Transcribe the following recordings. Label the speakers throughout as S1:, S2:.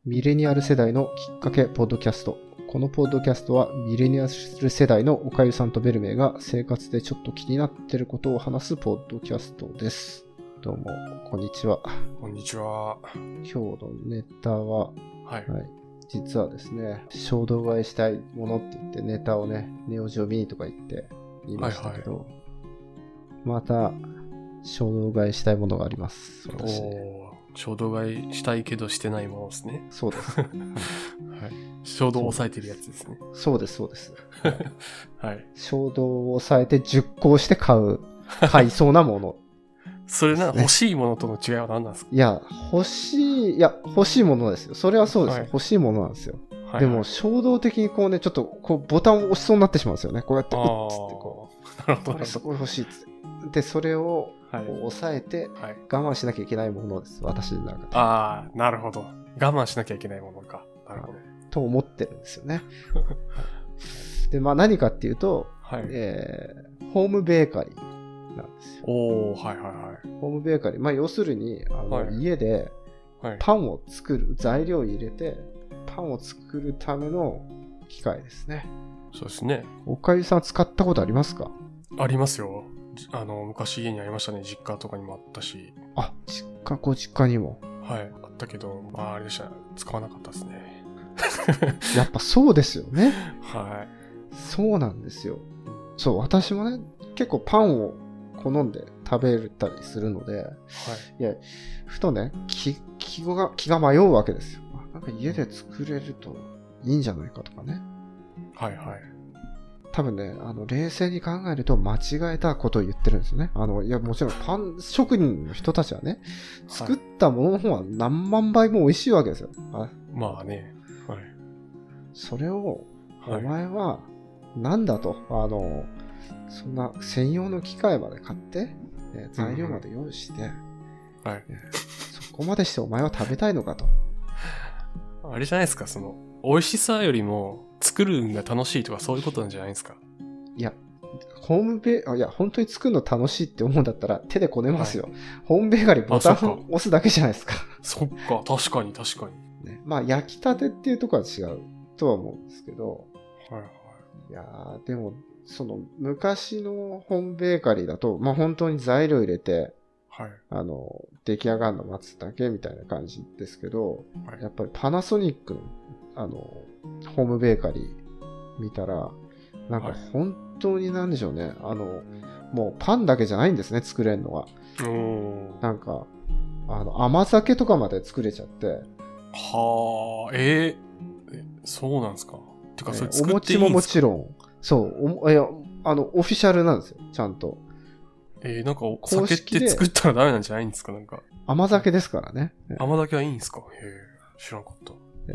S1: ミレニアル世代のきっかけポッドキャスト。このポッドキャストはミレニアル世代のおかゆさんとベルメイが生活でちょっと気になっていることを話すポッドキャストです。どうもこんにちは。
S2: こんにちは。
S1: 今日のネタは、
S2: はい、
S1: 実はですね、衝動買いしたいものって言ってネタをね、ネオジオミニとか言いましたけど、また衝動買いしたいものがあります。私。
S2: 衝動買いしたいけどしてないものですね。
S1: そうです。はい、
S2: 衝動を抑えてるやつですね。
S1: そうです、そうです。
S2: はい。
S1: 衝動を抑えて熟考して買いそうなもの。
S2: それ欲しいものとの違いは何なんですか？
S1: いや、欲しいものですよ。それはそうですよ。欲しいものなんですよ。はい、でも、衝動的にこうね、ちょっとこうボタンを押しそうになってしまうんですよね。こうやって、うっつってこう。なるほど。すごい欲しいっつって。で、それを抑えて我慢しなきゃいけないものです。私の中で。
S2: ああ、なるほど。我慢しなきゃいけないものか。なるほど。
S1: と思ってるんですよね。で、まあ何かっていうと、ホームベーカリーなんですよ。
S2: おー、はいはいはい。
S1: ホームベーカリー。まあ要するに、家でパンを作る、材料を入れて、パンを作るための機械ですね。
S2: そうですね。
S1: おかゆさん使ったことありますか？
S2: ありますよ。昔家にありましたね。実家とかにもあったし。
S1: あ、ご実家にも。
S2: はい。あったけど、まああれでした。使わなかったですね。
S1: やっぱそうですよね。
S2: はい。
S1: そうなんですよ。そう、私もね、結構パンを好んで食べたりするので、いや、ふとね、気が迷うわけですよ。なんか家で作れるといいんじゃないかとかね。
S2: はいはい。
S1: 多分ね、冷静に考えると間違えたことを言ってるんですよね。いや、もちろんパン職人の人たちはね、作ったものの方は何万倍も美味しいわけですよ。
S2: まあね。はい。
S1: それを、お前は、なんだと、そんな専用の機械まで買って、材料まで用意して、そこまでしてお前は食べたいのかと。
S2: あれじゃないですか、美味しさよりも作るのが楽しいとかそういうことなんじゃないですか。
S1: いや、本当に作るの楽しいって思うんだったら手でこねますよ。ホームベーカリーボタンを押すだけじゃないですか。
S2: そっか、確かに。
S1: ね、まあ、焼きたてっていうところは違うとは思うんですけど。いやー、でも、昔のホームベーカリーだと、まあ本当に材料入れて、出来上がるの待つだけみたいな感じですけど、やっぱりパナソニックの、ホームベーカリー見たら、なんか本当になんでしょうね、もうパンだけじゃないんですね、作れるのは。なんか、甘酒とかまで作れちゃって。
S2: はあ、そうなんですか。てか、それ作っていいんですか？
S1: お餅ももちろん、そう、オフィシャルなんですよ、ちゃんと。
S2: なんか、酒って作ったらダメなんじゃないんですか？なんか。
S1: 甘酒ですからね。
S2: 甘酒はいいんですか？知らなかった。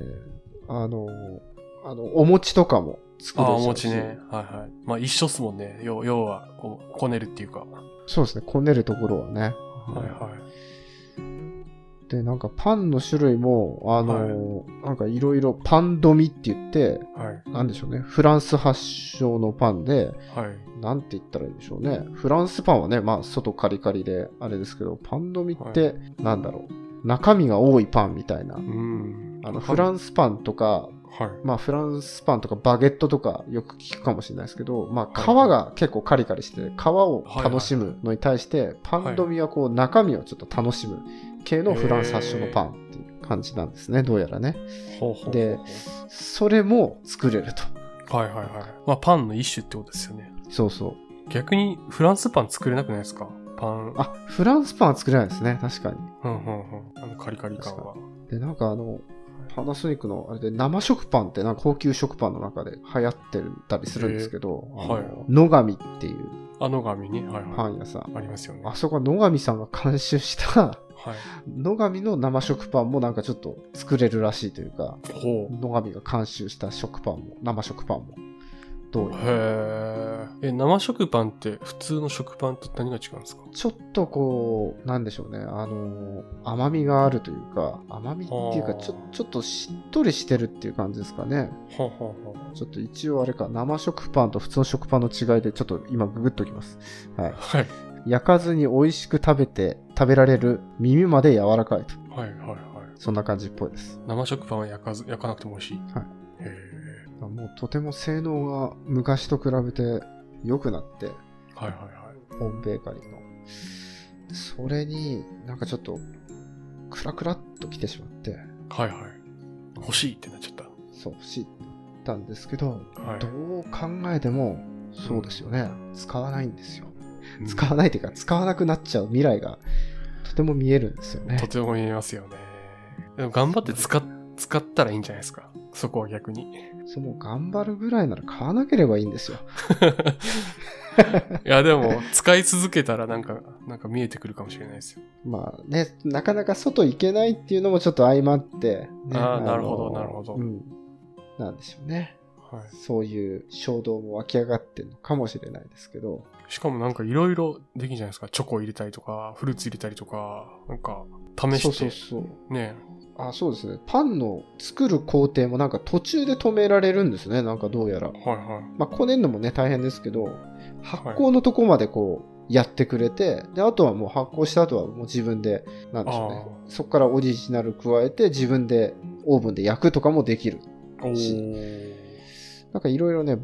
S1: お餅とかも作れちゃうし。
S2: お餅ね。はいはい。まあ一緒っすもんね。要は、こねるっていうか。
S1: そうですね。こねるところはね。で、なんかパンの種類も、なんかいろいろパンドミって言って、なんでしょうね。フランス発祥のパンで、なんて言ったらいいでしょうね。フランスパンはね、まあ外カリカリであれですけど、パンドミって、なんだろう。中身が多いパンみたいな。フランスパンとか、まあフランスパンとかバゲットとかよく聞くかもしれないですけど、まあ皮が結構カリカリして皮を楽しむのに対してパンドミはこう中身をちょっと楽しむ系のフランス発祥のパンっていう感じなんですね、どうやらね。で、それも作れると。
S2: まあパンの一種ってことですよね。
S1: そうそう。
S2: 逆にフランスパン作れなくないですか？
S1: フランスパンは作れないですね、確かに。
S2: カリカリ感は。
S1: で、なんかパナソニックのあれで生食パンってなんか高級食パンの中で流行ってたりするんですけど、野上っていう
S2: 野上ね、
S1: パン屋さん、
S2: ありますよね。
S1: あそこは野上さんが監修した野上の生食パンもなんかちょっと作れるらしいというか、野上が監修した食パンも生食パンもどういう
S2: 生食パンって普通の食パンと何が違うんですか？
S1: ちょっとこうなんでしょうね、甘みがあるというか、甘みっていうかちょっとしっとりしてるっていう感じですかね。ちょっと一応あれか、生食パンと普通の食パンの違いでちょっと今ググっときます。焼かずに美味しく食べられる、耳まで柔らかいと。 そんな感じっぽいです。
S2: 生食パンは焼かなくても美味しい。
S1: はい。もうとても性能が昔と比べて良くなって、
S2: はいはいはい。
S1: ホームベーカリーの。それになんかちょっとクラクラっと来てしまって。
S2: はいはい。欲しいってなっちゃった。
S1: そう、欲しいってなったんですけど、
S2: はい、
S1: どう考えてもそうですよね。使わないんですよ。使わないというか、使わなくなっちゃう未来がとても見えるんですよね。
S2: とても見えますよね。でも頑張って使ったらいいんじゃないですか。そこは逆に。
S1: もう頑張るぐらいなら買わなければいいんですよ。
S2: いやでも使い続けたらなんか見えてくるかもしれないですよ。
S1: まあね、なかなか外行けないっていうのもちょっと相まって、ね、
S2: ああ、なるほどなるほど。
S1: なんでしょうね。
S2: はい、
S1: そういう衝動も湧き上がってるのかもしれないですけど。
S2: しかもなんかいろいろできるじゃないですか。チョコ入れたりとか、フルーツ入れたりとか、なんか試して。
S1: そう
S2: ね。
S1: そうですね。パンの作る工程もなんか途中で止められるんですね。なんかどうやら。
S2: はいはい。
S1: まあこねるのもね大変ですけど、発酵のとこまでこうやってくれて、であとはもう発酵した後はもう自分でなんでしょうね。そこからオリジナル加えて自分でオーブンで焼くとかもできるし、なんかいろいろね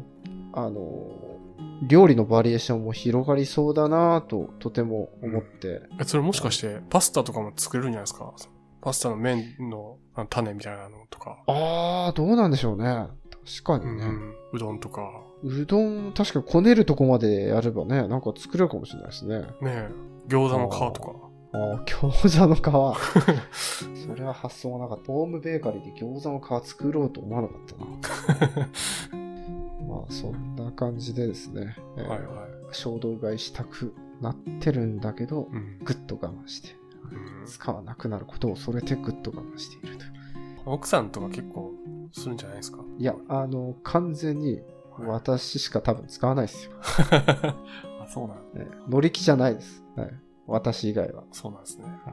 S1: 料理のバリエーションも広がりそうだなぁととても思って、
S2: それもしかしてパスタとかも作れるんじゃないですか。パスタの麺の種みたいなのとか。
S1: どうなんでしょうね。確かにね。
S2: うどんとか。
S1: うどん、確かにこねるとこまでやればね、なんか作れるかもしれないですね。
S2: ねえ、餃子の皮とか。
S1: 餃子の皮。それは発想がなかった。ホームベーカリーで餃子の皮作ろうと思わなかったな。まあ、そんな感じでですね。
S2: はいはい。
S1: 衝動買いしたくなってるんだけど、ぐっと我慢して。使わなくなることを恐れてぐっと我慢していると。
S2: 奥さんとか結構するんじゃないですか？
S1: いや、完全に私しか多分使わないですよ。
S2: そうなん、
S1: 乗り気じゃないです。はい。私以外は。
S2: そうなんですね。
S1: はい、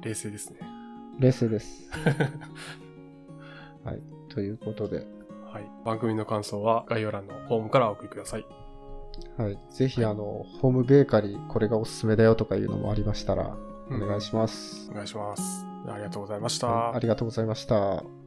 S2: 冷静ですね。
S1: 冷静です。はい。ということで。
S2: はい。番組の感想は概要欄のフォームからお送りください。
S1: はい。ぜひ、ホームベーカリー、これがおすすめだよとかいうのもありましたら、お願いします。
S2: お願いします。ありがとうございました。
S1: ありがとうございました。